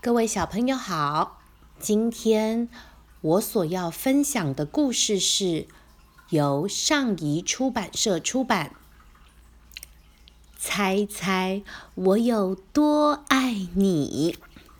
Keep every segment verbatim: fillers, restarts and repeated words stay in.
各位小朋友好，今天我所要分享的故事是由上仪出版社出版。猜猜我有多爱你？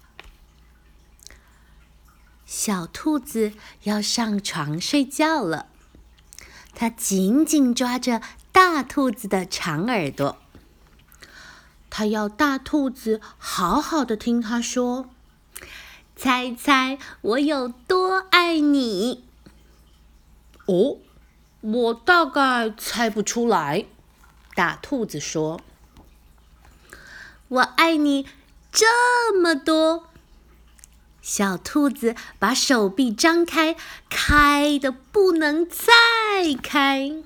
小兔子要上床睡觉了，它紧紧抓着大兔子的长耳朵，它要大兔子好好的听它说，猜猜我有多爱你？哦，我大概猜不出来。大兔子说，我爱你这么多。小兔子把手臂张开，开得不能再开。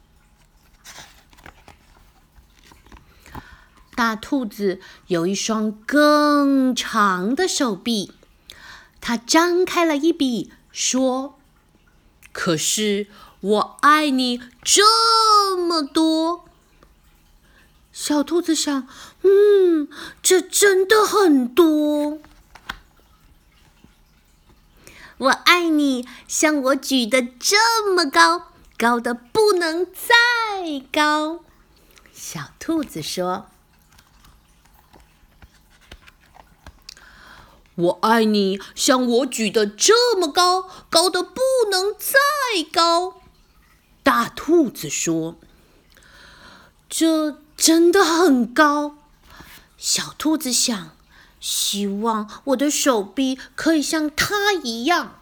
大兔子有一双更长的手臂，它张开了一笔，说：可是我爱你这么多。小兔子想，嗯，这真的很多。我爱你像我举得这么高，高得不能再高。小兔子说，我爱你像我举得这么高，高得不能再高。大兔子说，这真的很高。小兔子想，希望我的手臂可以像它一样。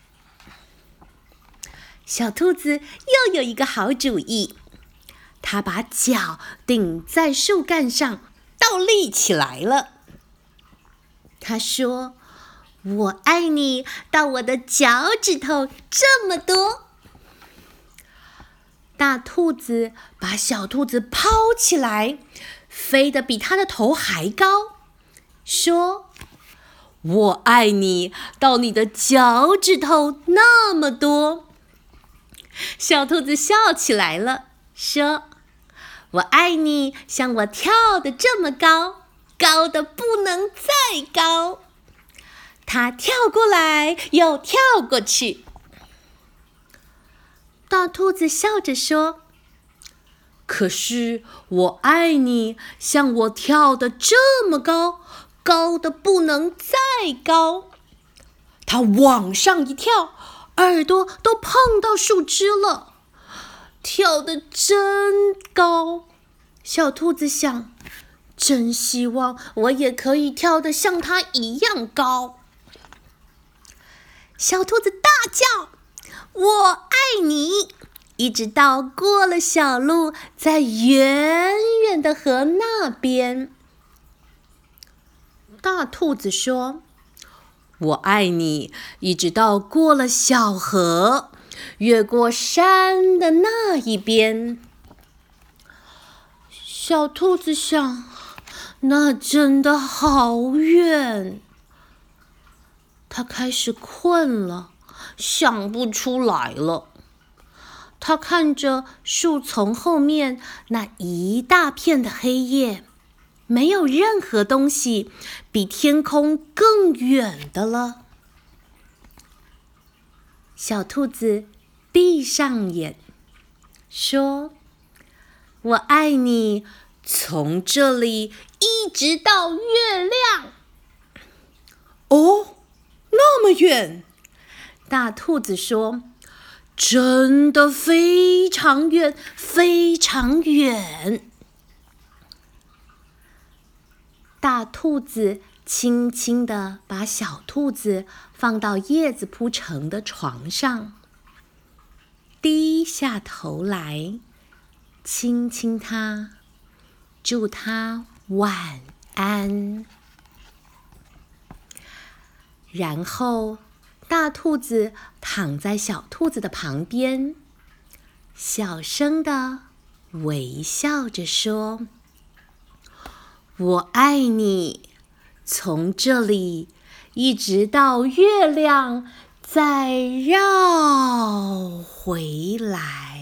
小兔子又有一个好主意，它把脚顶在树干上，倒立起来了。他说，我爱你到我的脚趾头这么多。大兔子把小兔子抛起来，飞得比它的头还高，说，我爱你到你的脚趾头那么多。小兔子笑起来了，说，我爱你像我跳得这么高，高得不能再高。它跳过来又跳过去。大兔子笑着说，可是我爱你像我跳得这么高，高得不能再高。它往上一跳，耳朵都碰到树枝了，跳得真高。小兔子想，真希望我也可以跳得像它一样高。小兔子大叫，我爱你，一直到过了小路，在远远的河那边。大兔子说，我爱你，一直到过了小河，越过山的那一边。小兔子想，那真的好远。它开始困了，想不出来了。它看着树丛后面那一大片的黑夜，没有任何东西比天空更远的了。小兔子闭上眼，说，我爱你从这里一直到月亮。哦，那么远。大兔子说，真的非常远，非常远。大兔子轻轻地把小兔子放到叶子铺成的床上，低下头来亲亲它，祝它晚安。然后大兔子躺在小兔子的旁边，小声地微笑着说，我爱你从这里一直到月亮，再绕回来。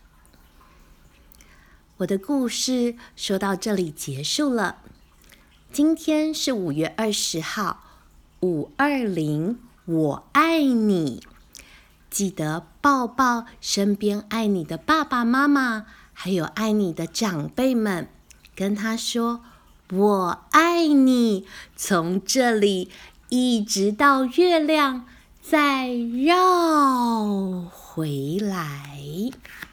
我的故事说到这里结束了。 今天是五月二十号，五二零，我爱你。记得抱抱身边爱你的爸爸妈妈，还有爱你的长辈们，跟他说我爱你，从这里一直到月亮，再绕回来。